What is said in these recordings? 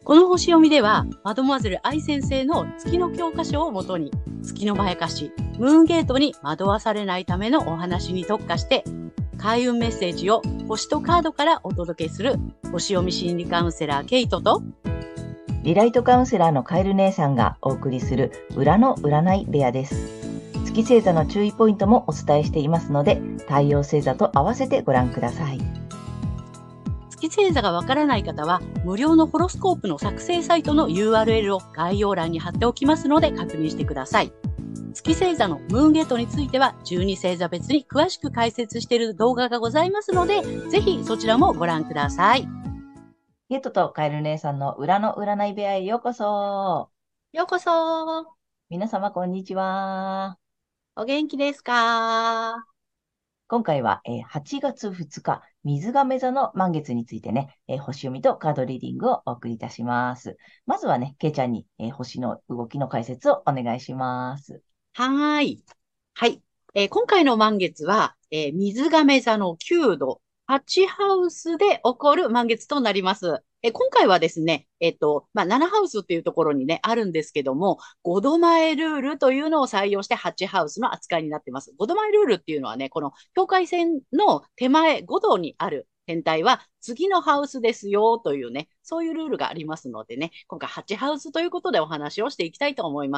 この星読みでは、マドモアゼル愛先生の月の教科書をもとに、月のまやかし、ムーンゲートに惑わされないためのお話に特化して、開運メッセージを星とカードからお届けする、星読み心理カウンセラーケイトと、 リライトカウンセラーのカエル姉さんがお送りする裏の占い部屋です。月星座の注意ポイントもお伝えしていますので、太陽星座と合わせてご覧ください。 月星座がわからない方は、無料のホロスコープの作成サイトの URL を概要欄に貼っておきますので確認してください。月星座のムーンゲートについては、12星座別に詳しく解説している動画がございますので、ぜひそちらもご覧ください。 ゲートとカエル姉さんの裏の占い部屋へようこそ。 ようこそ。 皆様こんにちは。 お元気ですか？ 今回は8月2日、水亀座の満月についてね、星読みとカードリーディングをお送りいたします。まずはね、けいちゃんに星の動きの解説をお願いします。 はーい。はい。今回の満月は、水亀座の9度、8ハウスで起こる満月となります。今回はですね、7ハウスっていうところにね、あるんですけども、5度前ルールというのを採用して8ハウスの扱いになっています。5度前ルールっていうのはね、この境界線の手前5度にある天体は次のハウスですよというね、そういうルールがありますのでね、今回8ハウスということでお話をしていきたいと思います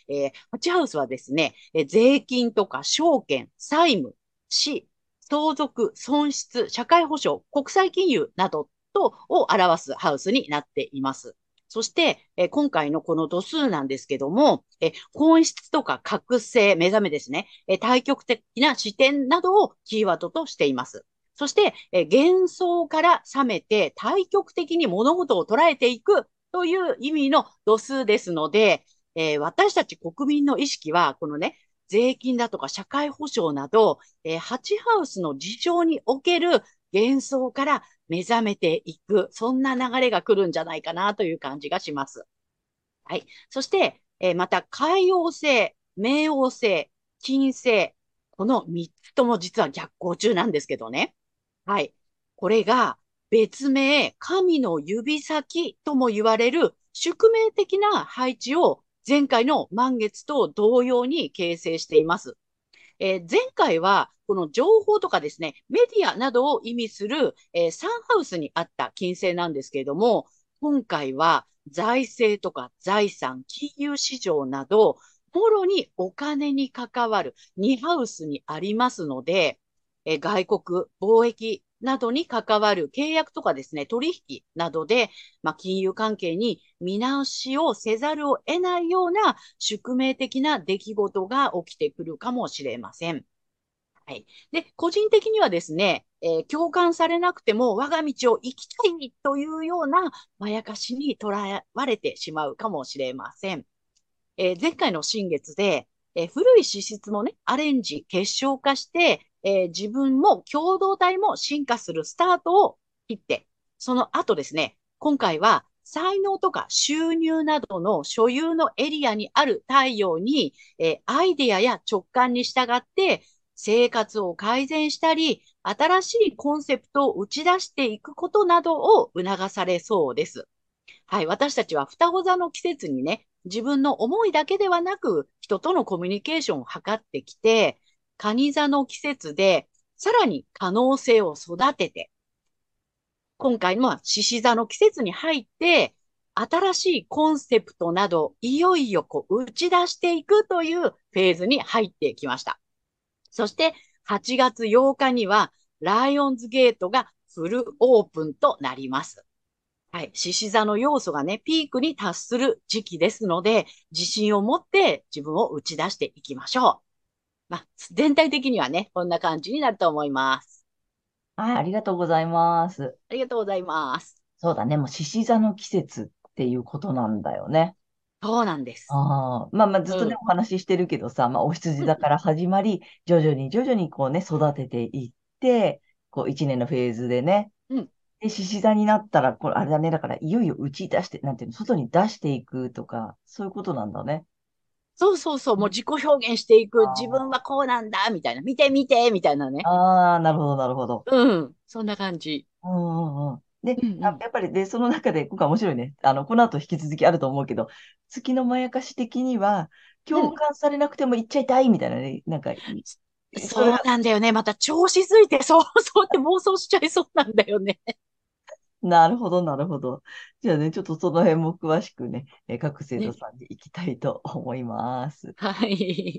。8ハウスはですね、税金とか証券、債務、死、相続、損失、社会保障、国際金融などを表すハウスになっています。そして、今回のこの度数なんですけども、本質とか覚醒、目覚めですね、対極的な視点などをキーワードとしています。そして、幻想から覚めて対極的に物事を捉えていくという意味の度数ですので、私たち国民の意識は、このね、税金だとか社会保障など、ハチハウスの事象における幻想から目覚めていく、そんな流れが来るんじゃないかなという感じがします。はい。そして、また、海王星、冥王星、金星、この3つとも実は逆行中なんですけどね。はい。これが別名、神の指先とも言われる宿命的な配置を前回の満月と同様に形成しています。前回は、この情報とかですね、メディアなどを意味する、サンハウスにあった金星なんですけれども、今回は財政とか財産、金融市場など、もろにお金に関わる2ハウスにありますので、外国、貿易などに関わる契約とかですね、取引などで、金融関係に見直しをせざるを得ないような宿命的な出来事が起きてくるかもしれません。はい。で、個人的にはですね、共感されなくても我が道を生きたいというようなまやかしにとらわれてしまうかもしれません。前回の新月で、古い資質もね、アレンジ、結晶化して、自分も共同体も進化するスタートを切って、その後ですね、今回は才能とか収入などの所有のエリアにある太陽に、アイデアや直感に従って生活を改善したり、新しいコンセプトを打ち出していくことなどを促されそうです。はい、私たちは双子座の季節にね、自分の思いだけではなく、人とのコミュニケーションを図ってきて、蟹座の季節で、さらに可能性を育てて、今回も獅子座の季節に入って、新しいコンセプトなど、いよいよ打ち出していくというフェーズに入ってきました。そして8月8日には、ライオンズゲートがフルオープンとなります。はい。獅子座の要素がね、ピークに達する時期ですので、自信を持って自分を打ち出していきましょう。全体的にはね、こんな感じになると思います。 はい、ありがとうございます。 ありがとうございます。 そうだね、もう獅子座の季節っていうことなんだよね。 そうなんです。 ああ、まあまあずっとね、 うん。 お話ししてるけどさ、まあお羊うん。 座から始まり、徐々にこうね、育てていって、こう一年のフェーズでね、 うん。 で、獅子座になったら、これあれだね、だからいよいよ打ち出して、なんていうの、外に出していくとか、そういうことなんだね。 そうそうそう。もう自己表現していく。自分はこうなんだ、みたいな。見て見て、みたいなね。 ああー、なるほど、なるほど。 うん。そんな感じ。 うんうんうん。 で、 うんうん。 やっぱり、で、その中で、今回面白いね。この後引き続きあると思うけど、月のまやかし的には、共うん。 感されなくても言っちゃいたいみたいなね、なんか、それそうが、 なんだよね。また調子づいて、そうって妄想しちゃいそうなんだよね。 なるほど、なるほど。じゃあね、ちょっとその辺も詳しくね、各生徒ね。 さんに行きたいと思います。 はい。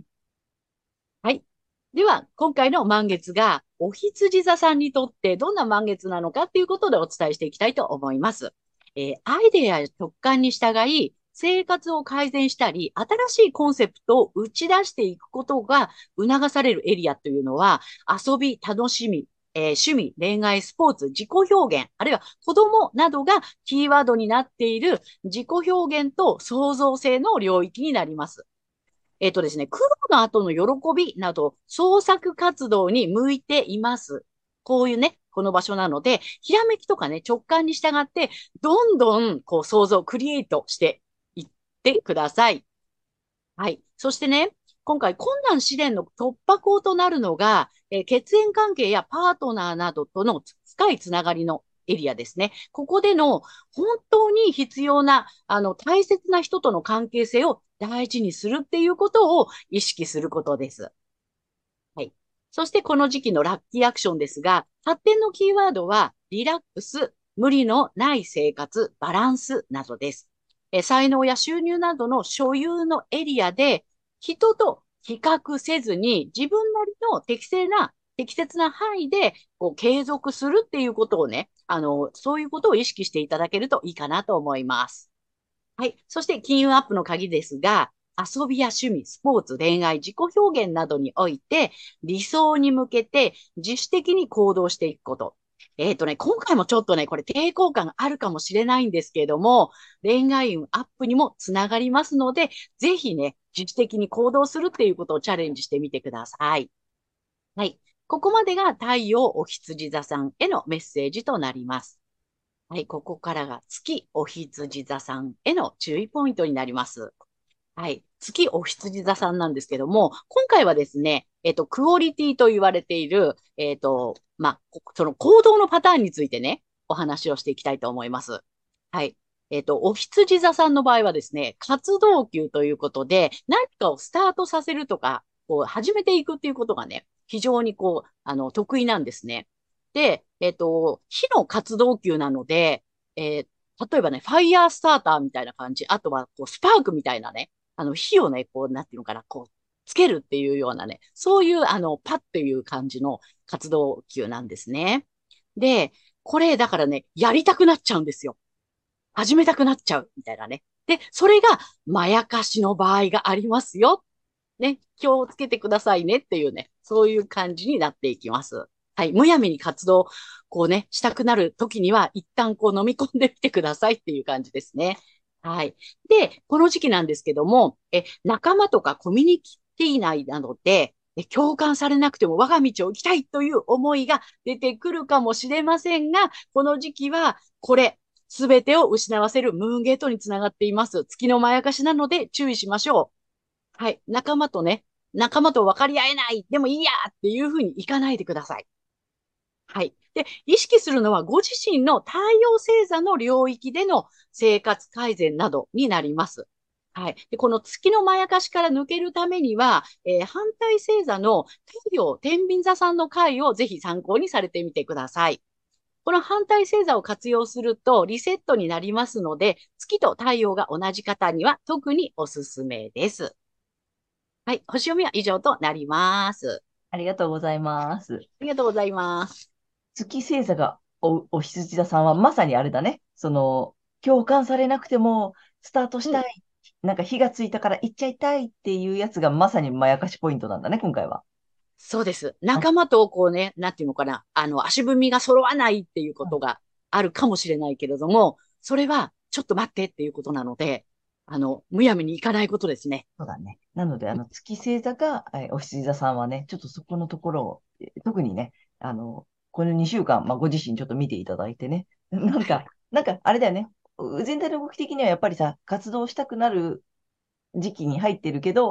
はい。では、今回の満月が、お羊座さんにとってどんな満月なのかっていうことでお伝えしていきたいと思います。アイデアや直感に従い、生活を改善したり、新しいコンセプトを打ち出していくことが促されるエリアというのは、遊び、楽しみ、趣味、恋愛、スポーツ、自己表現、あるいは子供などがキーワードになっている自己表現と創造性の領域になります。ですね、苦労の後の喜びなど、創作活動に向いています。こういうね、この場所なので、ひらめきとかね、直感に従って、どんどん、こう、想像、クリエイトしていってください。はい。そしてね、今回困難試練の突破口となるのが、血縁関係やパートナーなどとの深いつながりのエリアですね。ここでの本当に必要な、大切な人との関係性を大事にするっていうことを意識することです。はい。そしてこの時期のラッキーアクションですが、発展のキーワードは、リラックス、無理のない生活、バランスなどです。才能や収入などの所有のエリアで、人と比較せずに、自分なりの適切な範囲で、こう、継続するっていうことをね、そういうことを意識していただけるといいかなと思います。はい。そして金運アップの鍵ですが、遊びや趣味、スポーツ、恋愛、自己表現などにおいて、理想に向けて自主的に行動していくこと。今回もちょっとね、これ抵抗感あるかもしれないんですけれども、恋愛運アップにもつながりますので、ぜひね、自主的に行動するっていうことをチャレンジしてみてください。はい。ここまでが太陽お羊座さんへのメッセージとなります。はい、ここからが月お羊座さんへの注意ポイントになります。はい、月お羊座さんなんですけども、今回はですね、クオリティと言われている、その行動のパターンについてね、お話をしていきたいと思います。はい。お羊座さんの場合はですね、活動級ということで、何かをスタートさせるとか、こう、始めていくっていうことがね、非常にこう、得意なんですね。で、火の活動級なので、例えばね、ファイヤースターターみたいな感じ、あとは、こう、スパークみたいなね、火をね、こう、なんていうのかな、こう、つけるっていうようなね、そういう、パッっていう感じの活動級なんですね。で、これ、だからね、やりたくなっちゃうんですよ。始めたくなっちゃう、みたいなね。で、それが、まやかしの場合がありますよ。ね、気をつけてくださいねっていうね、そういう感じになっていきます。はい。むやみに活動、こうね、したくなる時には、一旦こう飲み込んでみてくださいっていう感じですね。はい。で、この時期なんですけども、仲間とかコミュニティ内なので、共感されなくても我が道を行きたいという思いが出てくるかもしれませんが、この時期は、これ、すべてを失わせるムーンゲートにつながっています。月のまやかしなので注意しましょう。はい。仲間と分かり合えない。でもいいやっていうふうにいかないでください。はい。で、意識するのはご自身の太陽星座の領域での生活改善などになります。はい。で、この月のまやかしから抜けるためには、反対星座の太陽天秤座さんの回をぜひ参考にされてみてください。この反対星座を活用するとリセットになりますので、月と太陽が同じ方には特におすすめです。はい。星読みは以上となります。 ありがとうございます。 ありがとうございます。 月星座がお羊座さんはまさにあれだね。共感されなくてもスタートしうん。 たい。なんか火がついたから行っちゃいたいっていうやつがまさにまやかしポイントなんだね、今回は。 そうです。 あ、 仲間とこうね、なんていうのかな、足踏みが揃わないっていうこうん、 とがあるかもしれないけれども、それはちょっと待ってっていうことなので、むやみにいかないことですね。 そうだね。なので、月星座が、お羊座さんはね、ちょっとそこのところを、特にね、この2週間、まあ、ご自身ちょっと見ていただいてね。 はい。 あれだよね。全体の動き的にはやっぱりさ、活動したくなる時期に入ってるけど、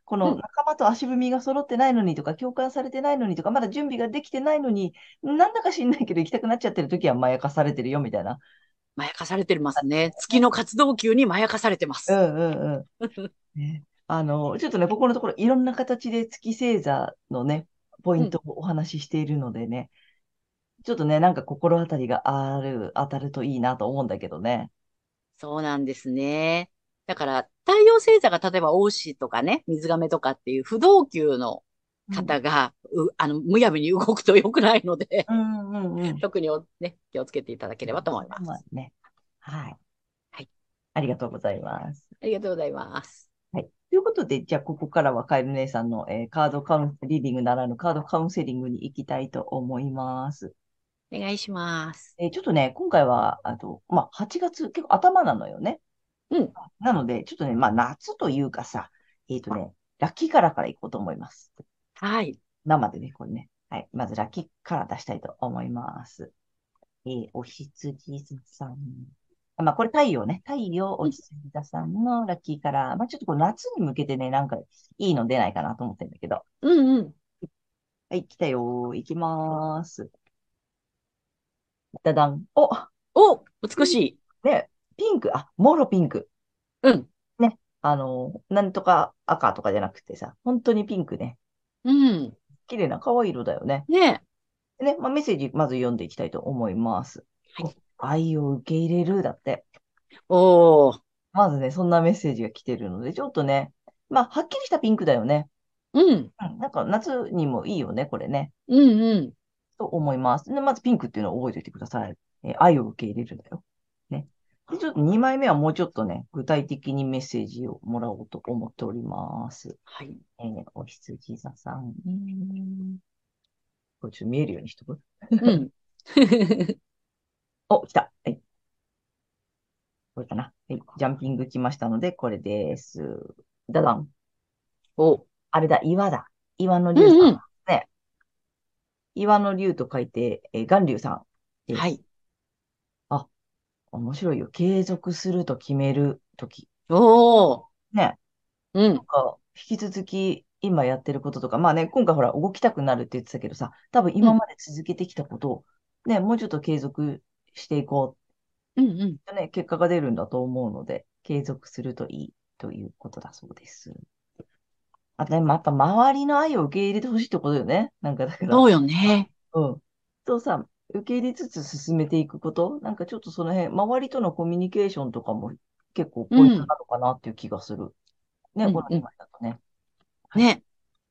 こうん。 の仲間と足踏みが揃ってないのにとか、共感されてないのにとか、まだ準備ができてないのに、なんだか知んないけど行きたくなっちゃってる時はまやかされてるよみたいな。 まやかされてますね。月の活動級にまやかされてます。 うんうんうん。ね、ちょっとね、ここのところいろんな形で月星座のね、ポイうん。 ントをお話ししているのでね、ちょっとね、なんか心当たりが当たるといいなと思うんだけどね。 そうなんですね。だから、太陽星座が例えば大牛とかね、水亀とかっていう不動級のうん。 方が、むやみに動くと良くないので、 うんうんうん。 特にね、気をつけていただければと思います。 まあね。はい。 はい。 ありがとうございます。 ありがとうございます。 はい。ということで、じゃあ、ここからはカエル姉さんの、カードカウンセリングならぬカードカウンセリングに行きたいと思います。 お願いします。 ちょっとね、今回は、まあ、8月、結構頭なのよね。 うん。 なので、ちょっとね、まあ、夏というかさ、ラッキーカラーからいこうと思います。 はい。 生でね、これね。はい。まず、ラッキーカラー出したいと思います。お羊座さん。まあ、これ太陽ね。太陽、おうん。 羊座さんのラッキーカラー。まあ、ちょっとこう夏に向けてね、なんかいいの出ないかなと思ってるんだけど。 うんうん。 はい、来たよ。行きまーす。ダダン。お、 お、 ピンク美しい。 ね、ピンク。あ、もろピンク。 うん。 ね。なんとか赤とかじゃなくてさ、本当にピンクね。 うん。 綺麗な可愛い色だよね。 ねえ。 ね、まあ、メッセージまず読んでいきたいと思います。 はい。 お、愛を受け入れるだって。 おー。 まずね、そんなメッセージが来てるので、ちょっとね、まあ、はっきりしたピンクだよね。 うん。 うん、なんか夏にもいいよね、これね。 うんうん。 と思います。で、まずピンクっていうのを覚えておいてください。愛を受け入れるんだよ。ね。で、ちょっと2枚目はもうちょっとね、具体的にメッセージをもらおうと思っております。 はい。 お羊座さん。これちょっと見えるようにしとく。 うん。 お、来た。はい。これかな。はい。ジャンピング来ましたので、これです。ダダン。 お。 あれだ、岩だ。岩の竜さうんうん。 ん。ね。岩の竜と書いて、岩竜さんです。 はい。 あ、面白いよ。継続すると決めるとき。 おー。 ね。 うん。 なんか、引き続き今やってることとか、まあね、今回ほら、動きたくなるって言ってたけどさ、多分うん。 今まで続けてきたことを、ね、もうちょっと継続していこうんうん。 う。ね、結果が出るんだと思うので、継続するといいということだそうです。あとね、まあやっぱ周りの愛を受け入れてほしいってことよね。なんかだから、 そうよね。 うん。とさ、受け入れつつ進めていくこと、なんかちょっとその辺、周りとのコミュニケーションとかも結構うポイントん。 なのかなっていう気がする。ね、このうんうん。 2枚だとね。はい。 ね。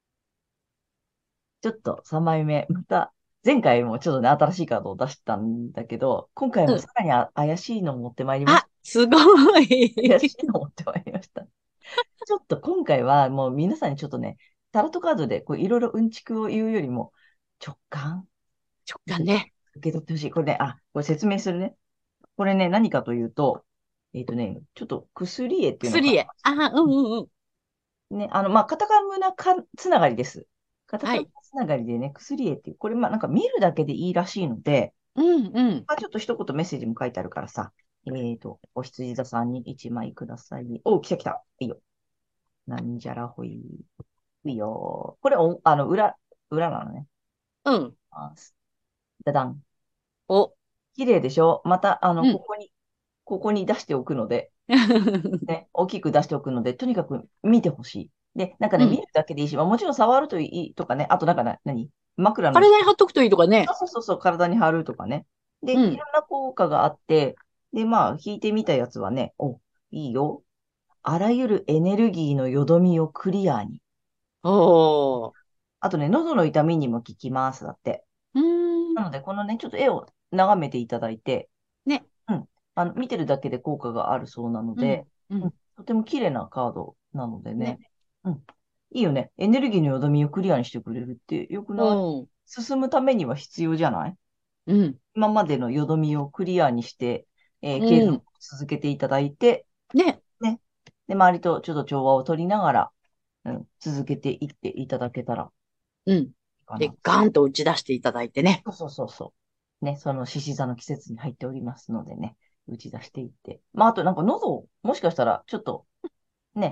ちょっと3枚目、また、前回もちょっとね、新しいカードを出したんだけど、今回うん。 もさらに怪しいのを持ってまいりましあ、 た。 すご怪しい。 いのを持ってまいりました。ちょっと今回はもう皆さんにちょっとね、タロットカードでこういろいろうんちくを言うよりも、直感直受け感ね。 受け取ってほしい。これね、これ説明するね。これね、何かというと、ちょっと薬絵っていうのが、 薬へ。あ、うんうんうん。 ね、まあ、カタカナつながりです。カタカナはい。 つながりでね、薬絵っていう、これまあなんか見るだけでいいらしいので、 うんうん。 まあ、ちょっと一言メッセージも書いてあるからさ、お羊座さんに1枚ください。お、来た来た。いいよ。なんじゃらほい。いいよ。これ裏なのね。 うん。 ダダン。 お。 綺麗でしょ？また、 うん。 ここに出しておくので、ね、大きく出しておくので、とにかく見てほしい。で、なんかね、見うん。 るだけでいいし、まあ、もちろん触るといいとかね、あとなんか枕の下、 体に貼っとくといいとかね。 そう、体に貼るとかね。で、 うん。 いろんな効果があって、で、まあ、引いてみたやつはね、いいよ。あらゆるエネルギーのよどみをクリアに。 おー。 あとね、喉の痛みにも効きます、だって。 うーん。 なので、このね、ちょっと絵を眺めていただいて、 ね。 うん、見てるだけで効果があるそうなのうん。 で、うん、 うん。 とても綺麗なカードなのでね。 ね、うん、いいよね。エネルギーのよどみをクリアにしてくれるってよくない？ おー。 進むためには必要じゃない？ うん。 今までのよどみをクリアにして、 う継続をん。 続けていただいて、 ね。 ね。で、周りとちょっと調和を取りながら、続けていっていただけたらうん。で、 いいかな。 ガーンと打ち出していただいてね。 そう。ね、その獅子座の季節に入っておりますのでね、打ち出していって。まあ、あとなんか喉を、もしかしたら、ちょっと、ね、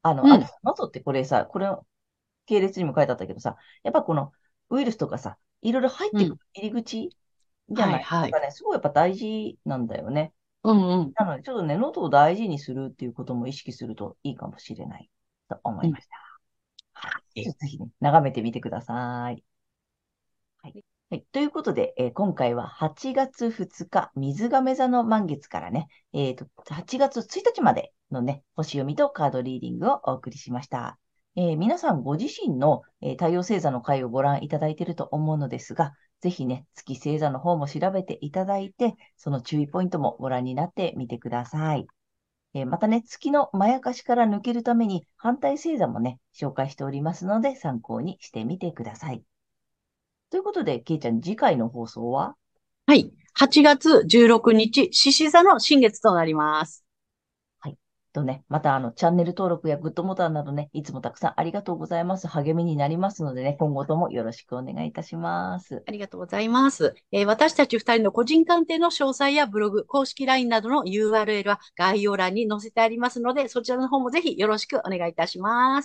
あと、 うん。 謎ってこれさ、これの系列にも書いてあったけどさ、やっぱこのウイルスとかさ、いろいろ入ってくうん。 る入り口じゃはい、 ないはい。 のがね、すごいやっぱ大事なんだよね。 うんうん。 なので、ちょっとね、喉を大事にするっていうことも意識するといいかもしれないと思うん。 いました。はい。ちょっとぜひね、眺めてみてください。はい。はい。ということで、今回は8月2日、水亀座の満月からね、8月1日までのね、星読みとカードリーディングをお送りしました。皆さんご自身の、太陽星座の回をご覧いただいていると思うのですが、ぜひね、月星座の方も調べていただいて、その注意ポイントもご覧になってみてください。またね、月のまやかしから抜けるために反対星座もね、紹介しておりますので参考にしてみてください。ということで、けいちゃん、次回の放送は？ はい。8月16日、獅子座の新月となります。 はい。とね、またチャンネル登録やグッドボタンなどね、いつもたくさんありがとうございます。励みになりますのでね、今後ともよろしくお願いいたします。 ありがとうございます。私たち2人の個人鑑定の詳細やブログ、公式 LINE などの URL は概要欄に載せてありますので、そちらの方もぜひよろしくお願いいたします。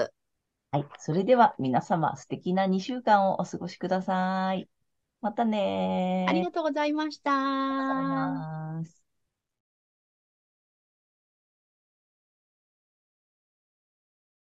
はい。それでは皆様、素敵な2週間をお過ごしください。またねー。 ありがとうございましありがとうございた。 ます。